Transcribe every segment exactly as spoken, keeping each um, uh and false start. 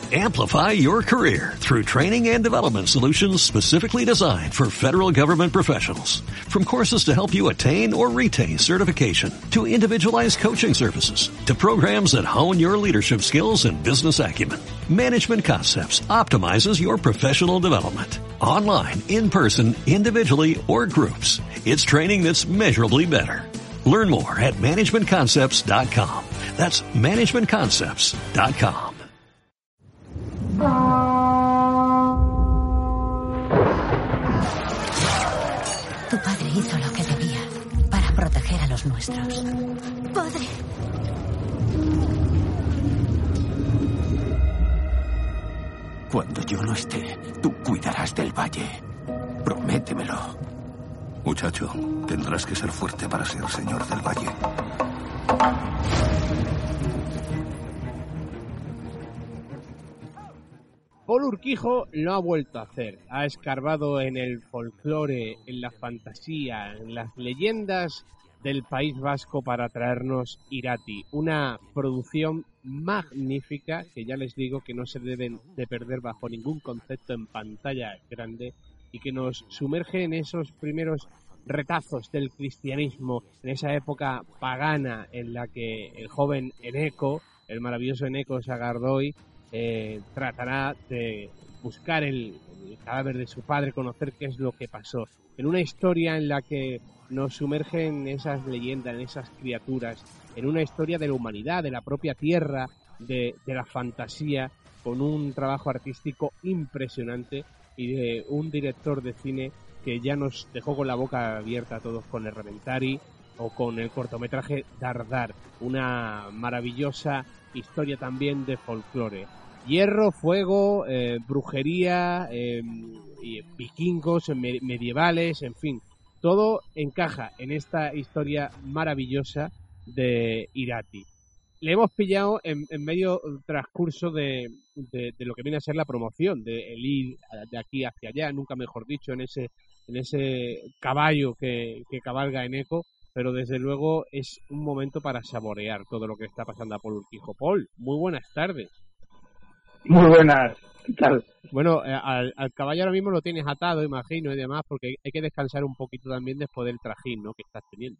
Amplify your career through training and development solutions specifically designed for federal government professionals. From courses to help you attain or retain certification, to individualized coaching services, to programs that hone your leadership skills and business acumen, Management Concepts optimizes your professional development. Online, in person, individually, or groups, it's training that's measurably better. Learn more at management concepts dot com. That's management concepts dot com. Tu padre hizo lo que debía para proteger a los nuestros. Padre. Cuando yo no esté, tú cuidarás del valle. Prométemelo. Muchacho, tendrás que ser fuerte para ser señor del valle. Paul Urquijo lo ha vuelto a hacer. Ha escarbado en el folclore, en la fantasía, en las leyendas del País Vasco para traernos Irati. Una producción magnífica que ya les digo que no se deben de perder bajo ningún concepto en pantalla grande y que nos sumerge en esos primeros retazos del cristianismo, en esa época pagana en la que el joven Eneco, el maravilloso Eneco Sagardoy, Eh, tratará de buscar el, el cadáver de su padre, conocer qué es lo que pasó, en una historia en la que nos sumergen esas leyendas, en esas criaturas, en una historia de la humanidad, de la propia tierra, de, de la fantasía, con un trabajo artístico impresionante y de un director de cine que ya nos dejó con la boca abierta a todos con el Reventari o con el cortometraje Dardar, una maravillosa historia también de folclore. Hierro, fuego, eh, brujería, eh, y vikingos, me- medievales, en fin, todo encaja en esta historia maravillosa de Irati. Le hemos pillado en, en medio transcurso de, de, de lo que viene a ser la promoción, de el ir de aquí hacia allá, nunca mejor dicho, en ese en ese caballo que, que cabalga Eneco, pero desde luego es un momento para saborear todo lo que está pasando a Paul Urquijo. Paul, muy buenas tardes. Muy buenas, ¿qué tal? Bueno, eh, al, al caballo ahora mismo lo tienes atado, imagino, y demás, porque hay, hay que descansar un poquito también después del trajín, ¿no?, que estás teniendo.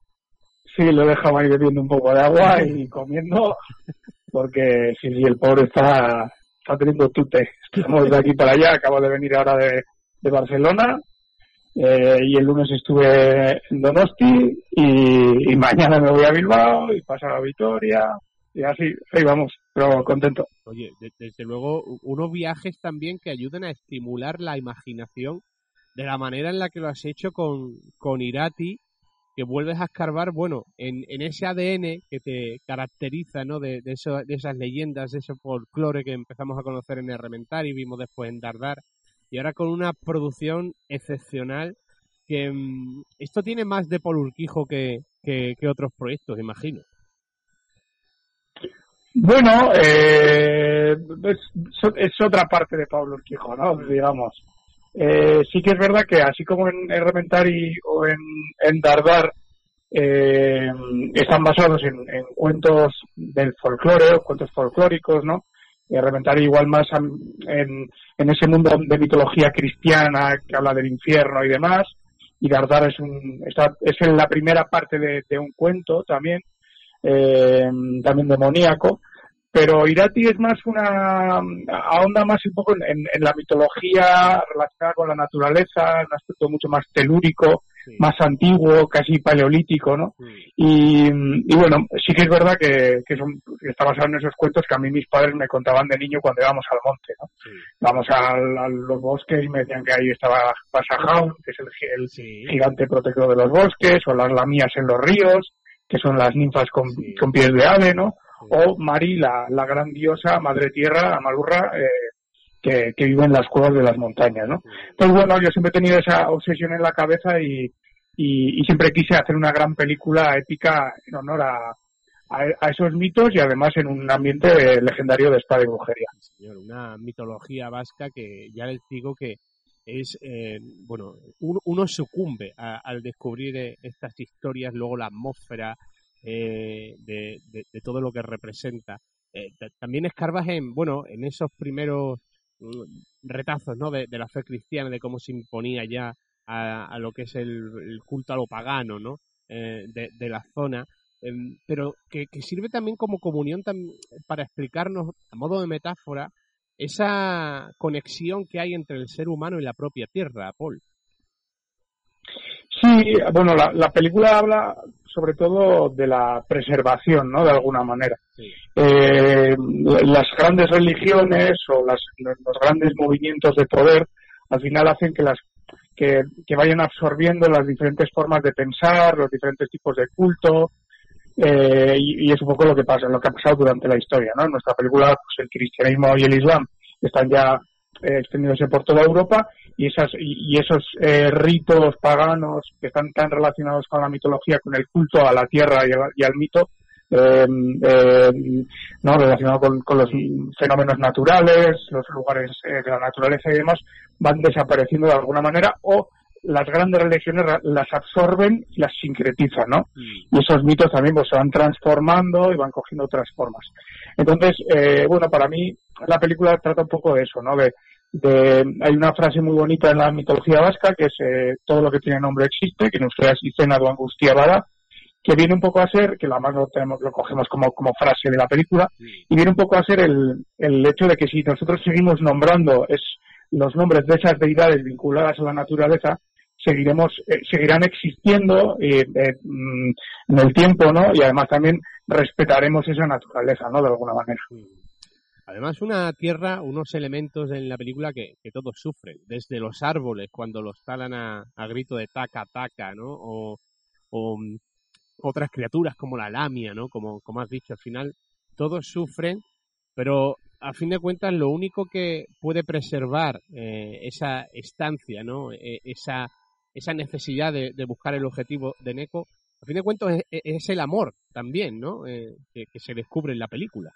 Sí, lo dejaba ahí bebiendo un poco de agua y comiendo, porque sí, sí, el pobre está, está teniendo tute. Estamos de aquí para allá, acabo de venir ahora de, de Barcelona, eh, y el lunes estuve en Donosti, y, y mañana me voy a Bilbao, y pasado a Vitoria, y así, ahí vamos, pero contento. Oye, de- desde luego, u- unos viajes también que ayuden a estimular la imaginación de la manera en la que lo has hecho con, con Irati, que vuelves a escarbar, bueno, en, en ese A D N que te caracteriza, ¿no?, de, de, eso, de esas leyendas, de ese folclore que empezamos a conocer en Errementar y vimos después en Dardar, y ahora con una producción excepcional que mm, esto tiene más de Paul Urquijo que, que, que otros proyectos, imagino. Bueno, eh, es, es otra parte de Pablo Urquijo, ¿no?, digamos. Eh, sí que es verdad que así como en Errementari o en, en Dardar eh, están basados en, en cuentos del folclore o cuentos folclóricos, ¿no? Errementari igual más am- en, en ese mundo de mitología cristiana que habla del infierno y demás, y Dardar es un está, es en la primera parte de, de un cuento también, eh, también demoníaco. Pero Irati es más una, ahonda más un poco en, en, en la mitología relacionada con la naturaleza, un aspecto mucho más telúrico, Sí. más antiguo, casi paleolítico, ¿no? Mm. Y, y bueno, sí que es verdad que, que, son, que está basado en esos cuentos que a mí mis padres me contaban de niño cuando íbamos al monte, ¿no? Sí. Vamos al- a, los bosques y me decían que ahí estaba Pasajaun, que es el, gi- el Sí. gigante protector de los bosques, o las lamías en los ríos, que son las ninfas con, Sí. con pies de ave, ¿no? Sí. O Mari, la, la gran diosa, madre tierra, Amalurra, eh, que, que vive en las cuevas de las montañas, ¿no? Pues bueno, yo siempre he tenido esa obsesión en la cabeza y, y, y siempre quise hacer una gran película épica en honor a, a, a esos mitos y además en un ambiente legendario de espada y brujería. Señor, una mitología vasca que ya les digo que es, eh, bueno, uno, uno sucumbe a- al descubrir eh, estas historias, luego la atmósfera eh, de, de- de todo lo que representa. eh, t- también escarbas en, bueno, en esos primeros mm, retazos, ¿no? De, de la fe cristiana, de cómo se imponía ya a, a lo que es el, el culto a lo pagano, ¿no? Eh, de, de la zona, eh, pero que, que sirve también como comunión tam- para explicarnos, a modo de metáfora, esa conexión que hay entre el ser humano y la propia tierra, Paul. Sí, bueno, la, la película habla sobre todo de la preservación, ¿no? De alguna manera. Sí. Eh, las grandes religiones o las, los grandes movimientos de poder al final hacen que las que, que vayan absorbiendo las diferentes formas de pensar, los diferentes tipos de culto, eh, y, y es un poco lo que pasa, lo que ha pasado durante la historia, ¿no? En nuestra película, pues el cristianismo y el islam están ya eh, extendiéndose por toda Europa, y esas y, y esos eh, ritos paganos que están tan relacionados con la mitología, con el culto a la tierra y, a, y al mito, eh, eh, no relacionado con, con los fenómenos naturales, los lugares eh, de la naturaleza y demás, van desapareciendo de alguna manera, o las grandes religiones las absorben y las sincretizan, ¿no? Mm. Y esos mitos también pues se van transformando y van cogiendo otras formas. Entonces, eh, bueno, para mí la película trata un poco de eso, ¿no? De, de hay una frase muy bonita en la mitología vasca que es eh, todo lo que tiene nombre existe, que en euskera es izena do angustia bada, que viene un poco a ser, que además lo tenemos, lo cogemos como, como frase de la película, y viene un poco a ser el, el hecho de que si nosotros seguimos nombrando es los nombres de esas deidades vinculadas a la naturaleza, seguiremos, eh, seguirán existiendo eh, eh, en el tiempo, ¿no? Y además también respetaremos esa naturaleza, ¿no? De alguna manera. Además, una tierra, unos elementos en la película que, que todos sufren, desde los árboles cuando los talan a, a grito de taca taca, ¿no? O, o um, otras criaturas como la lamia, ¿no? Como, como has dicho, al final todos sufren, pero a fin de cuentas lo único que puede preservar eh, esa estancia, ¿no? Eh, esa esa necesidad de, de buscar el objetivo de Neko, a fin de cuentas es, es el amor también, ¿no? Eh, que, que se descubre en la película.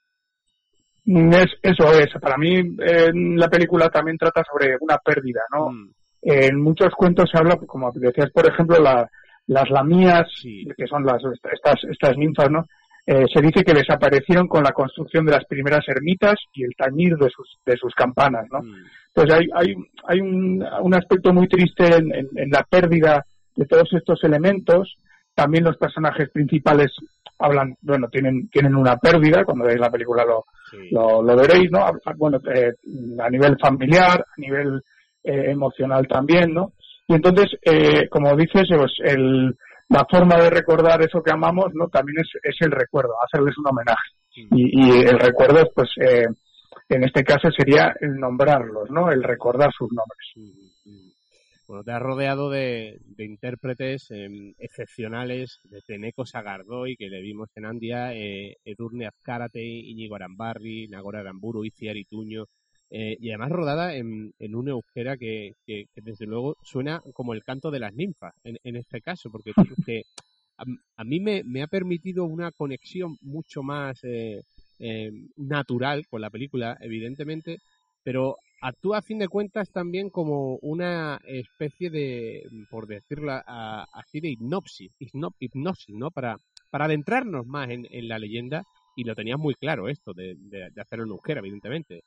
Es, eso es, para mí eh, la película también trata sobre una pérdida, ¿no? Mm. Eh, en muchos cuentos se habla, como decías, por ejemplo, la, las lamías, sí. que son las estas estas ninfas, ¿no? Eh, se dice que desaparecieron con la construcción de las primeras ermitas y el tañir de sus de sus campanas, ¿no? Mm. Entonces hay hay hay un, un aspecto muy triste en, en, en la pérdida de todos estos elementos. También los personajes principales hablan, bueno, tienen tienen una pérdida, cuando veáis la película lo sí. lo, lo veréis, ¿no? Bueno, eh, a nivel familiar, a nivel eh, emocional también, ¿no? Y entonces, eh, como dices, pues el la forma de recordar eso que amamos, ¿no? También es, es el recuerdo, hacerles un homenaje. Sí. Y, y el recuerdo, pues, eh, en este caso sería el nombrarlos, ¿no? El recordar sus nombres. Sí, sí. Bueno, te has rodeado de, de intérpretes eh, excepcionales, desde Neko Sagardoy, que le vimos en Andia, eh, Edurne Azcárate, Íñigo Arambarri, Nagore Aramburu, Itziar Ituño, eh, y además rodada en, en un euskera que, que, que desde luego suena como el canto de las ninfas, en, en este caso, porque que a, a mí me, me ha permitido una conexión mucho más eh, eh, natural con la película, evidentemente, pero actúa a fin de cuentas también como una especie de, por decirlo a, así, de hipnosis, hipnosis, ¿no? Para, para adentrarnos más en, en la leyenda, y lo tenías muy claro esto, de, de, de hacerlo en euskera, evidentemente.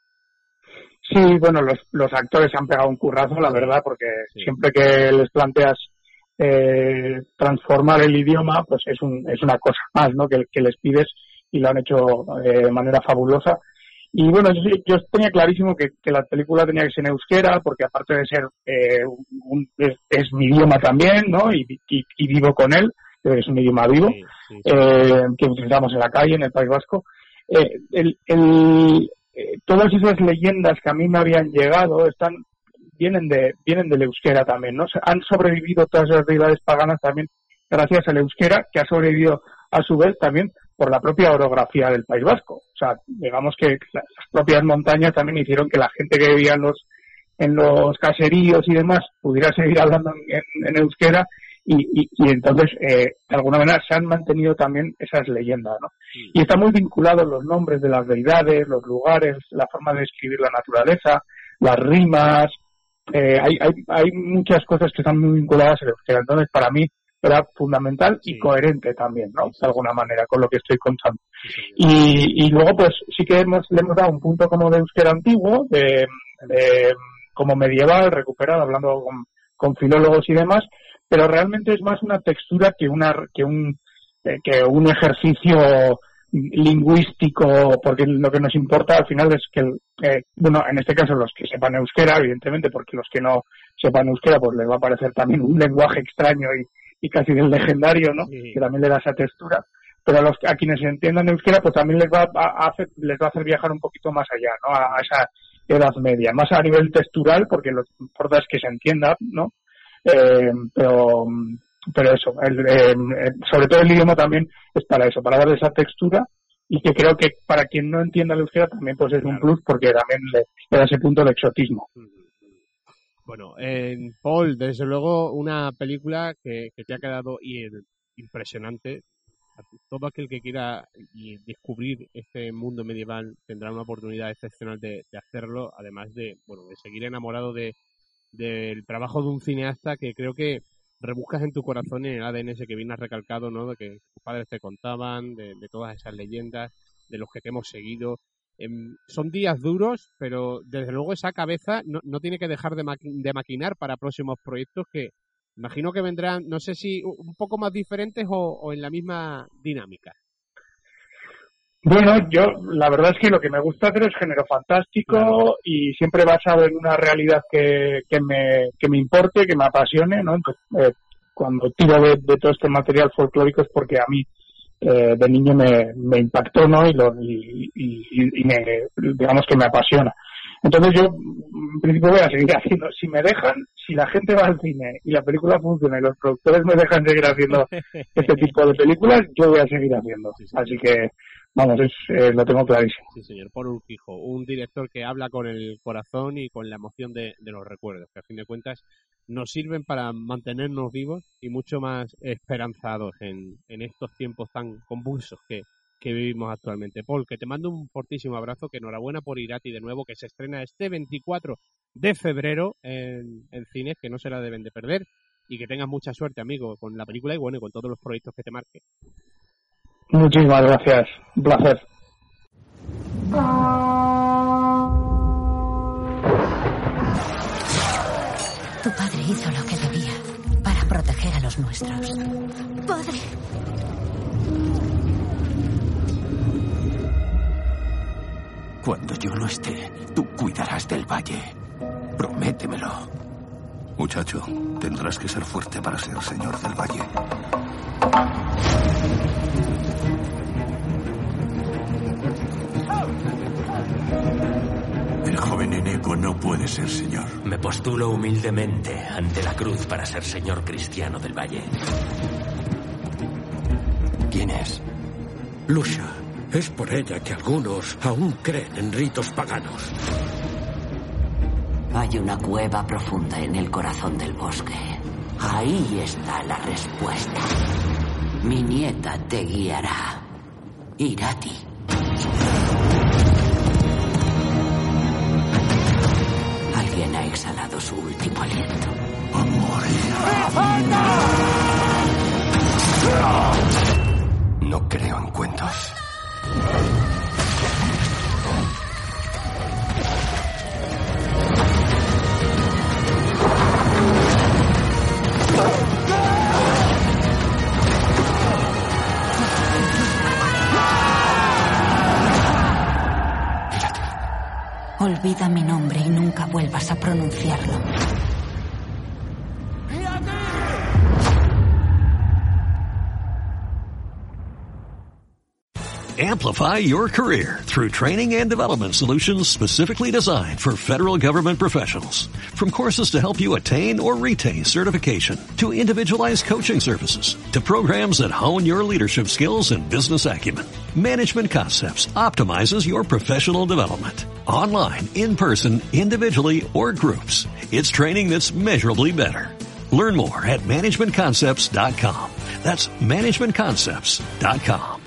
Sí, bueno, los, los actores han pegado un currazo, la verdad, porque sí. siempre que les planteas eh, transformar el idioma, pues es un es una cosa más, ¿no? Que, que les pides, y lo han hecho eh, de manera fabulosa. Y bueno, yo, yo tenía clarísimo que, que la película tenía que ser en euskera, porque aparte de ser eh, un, es, es mi idioma también, ¿no? Y, y, y vivo con él, es un idioma vivo, sí, sí, sí. Eh, que utilizamos en la calle, en el País Vasco. Eh, el, el Eh, todas esas leyendas que a mí me habían llegado están vienen de vienen del euskera también, ¿no? Han sobrevivido todas las deidades paganas también gracias al euskera, que ha sobrevivido a su vez también por la propia orografía del País Vasco. O sea, digamos que las propias montañas también hicieron que la gente que vivía en los en los caseríos y demás pudiera seguir hablando en, en euskera. Y, y, y entonces, eh, de alguna manera, se han mantenido también esas leyendas, ¿no? Sí. Y están muy vinculados los nombres de las deidades, los lugares, la forma de escribir la naturaleza, las rimas. Eh, hay, hay, hay muchas cosas que están muy vinculadas al euskera. Entonces, para mí, era fundamental sí. y coherente también, ¿no? De alguna manera, con lo que estoy contando. Sí. Y, y luego, pues, sí que hemos, le hemos dado un punto como de euskera antiguo, de, de como medieval, recuperado, hablando con, con filólogos y demás, pero realmente es más una textura que una que un eh, que un ejercicio lingüístico, porque lo que nos importa al final es que, eh, bueno, en este caso los que sepan euskera, evidentemente, porque los que no sepan euskera, pues les va a parecer también un lenguaje extraño y, y casi del legendario, ¿no? Sí. Que también le da esa textura. Pero a, los, a quienes entiendan euskera, pues también les va a, a hacer, les va a hacer viajar un poquito más allá, ¿no? A, a esa edad media, más a nivel textural, porque lo que importa es que se entienda, ¿no? Eh, pero pero eso, el, eh, sobre todo el idioma también es para eso, para darle esa textura, y que creo que para quien no entienda el euskera también pues es claro. un plus, porque también le, le da ese punto de exotismo. Bueno, eh, Paul, desde luego una película que, que te ha quedado impresionante. Todo aquel que quiera descubrir este mundo medieval tendrá una oportunidad excepcional de, de hacerlo, además de, bueno, de seguir enamorado de del trabajo de un cineasta que creo que rebuscas en tu corazón en el A D N ese que bien has recalcado, ¿no? De que tus padres te contaban, de, de todas esas leyendas, de los que te hemos seguido. Eh, son días duros, pero desde luego esa cabeza no, no tiene que dejar de, maqui- de maquinar para próximos proyectos que imagino que vendrán, no sé si un poco más diferentes o, o en la misma dinámica. Bueno, yo la verdad es que lo que me gusta hacer es género fantástico claro. y siempre basado en una realidad que, que me que me importe, que me apasione, ¿no? Entonces, eh, cuando tiro de, de todo este material folclórico es porque a mí eh, de niño me, me impactó, ¿no? Y, lo, y, y, y me, digamos que me apasiona. Entonces yo, en principio, voy a seguir haciendo. Si me dejan, si la gente va al cine y la película funciona y los productores me dejan seguir haciendo este tipo de películas, yo voy a seguir haciendo. Sí, sí. Así que, vamos, es, eh, lo tengo clarísimo. Sí, señor. Paul Urquijo, un director que habla con el corazón y con la emoción de, de los recuerdos, que a fin de cuentas nos sirven para mantenernos vivos y mucho más esperanzados en, en estos tiempos tan convulsos que que vivimos actualmente. Paul, que te mando un fortísimo abrazo, que enhorabuena por Irati de nuevo, que se estrena este veinticuatro de febrero en, en cines, que no se la deben de perder, y que tengas mucha suerte, amigo, con la película y bueno, y con todos los proyectos que te marque. Muchísimas gracias, un placer. Tu padre hizo lo que debía para proteger a los nuestros. ¡Padre! Cuando yo no esté, tú cuidarás del valle. Prométemelo. Muchacho, tendrás que ser fuerte para ser señor del valle. El joven Eneco no puede ser señor. Me postulo humildemente ante la cruz para ser señor cristiano del valle. ¿Quién es? Lucia. Es por ella que algunos aún creen en ritos paganos. Hay una cueva profunda en el corazón del bosque. Ahí está la respuesta. Mi nieta te guiará. Irati. Alguien ha exhalado su último aliento. ¡A morir! No creo en cuentos. Olvida mi nombre y nunca vuelvas a pronunciarlo. Amplify your career through training and development solutions specifically designed for federal government professionals. From courses to help you attain or retain certification, to individualized coaching services, to programs that hone your leadership skills and business acumen, Management Concepts optimizes your professional development. Online, in person, individually, or groups, it's training that's measurably better. Learn more at management concepts dot com. That's management concepts dot com.